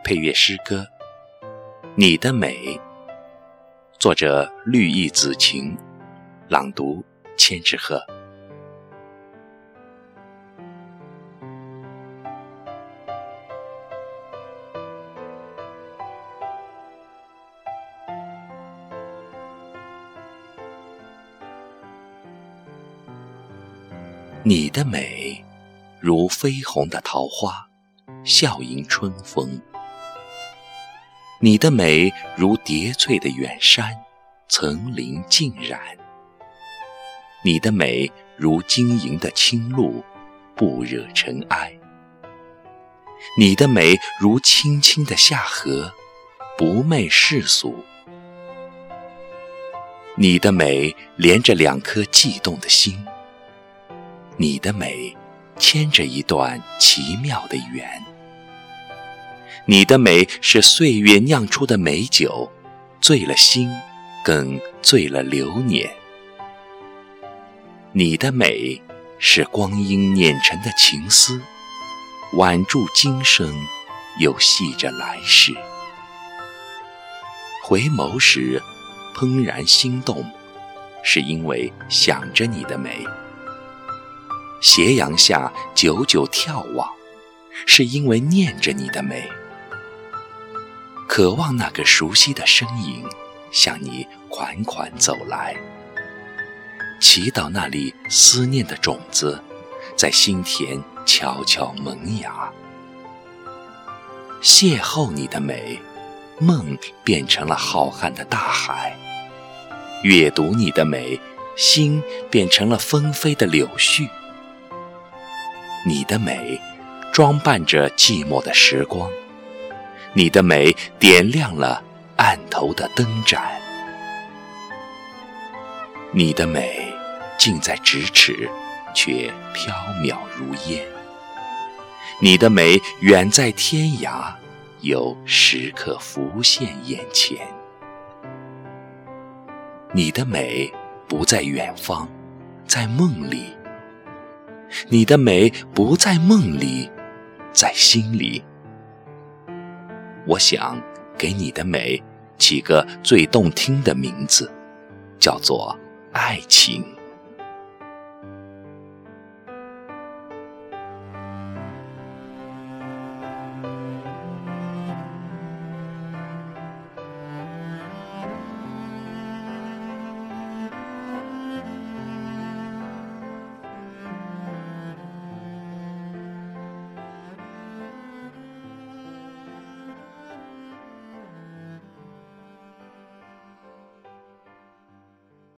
配乐诗歌《你的美》，作者绿意子晴，朗读千纸鹤。你的美如绯红的桃花，笑迎春风。你的美如叠翠的远山，层林尽染。你的美如晶莹的清露，不惹尘埃。你的美如清清的夏荷，不媚世俗。你的美连着两颗悸动的心，你的美牵着一段奇妙的缘。你的美是岁月酿出的美酒，醉了心，更醉了流年。你的美是光阴碾成的情丝，挽住今生，又系着来世。回眸时怦然心动，是因为想着你的美。斜阳下久久眺望，是因为念着你的美。渴望那个熟悉的身影向你款款走来，祈祷那粒思念的种子在心田悄悄萌芽。邂逅你的美，梦变成了浩瀚的大海；阅读你的美，心变成了纷飞的柳絮。你的美装扮着寂寞的时光，你的美点亮了案头的灯盏。你的美近在咫尺，却缥缈如烟。你的美远在天涯，又时刻浮现眼前。你的美不在远方，在梦里。你的美不在梦里，在心里。我想给你的美起个最动听的名字，叫做爱情。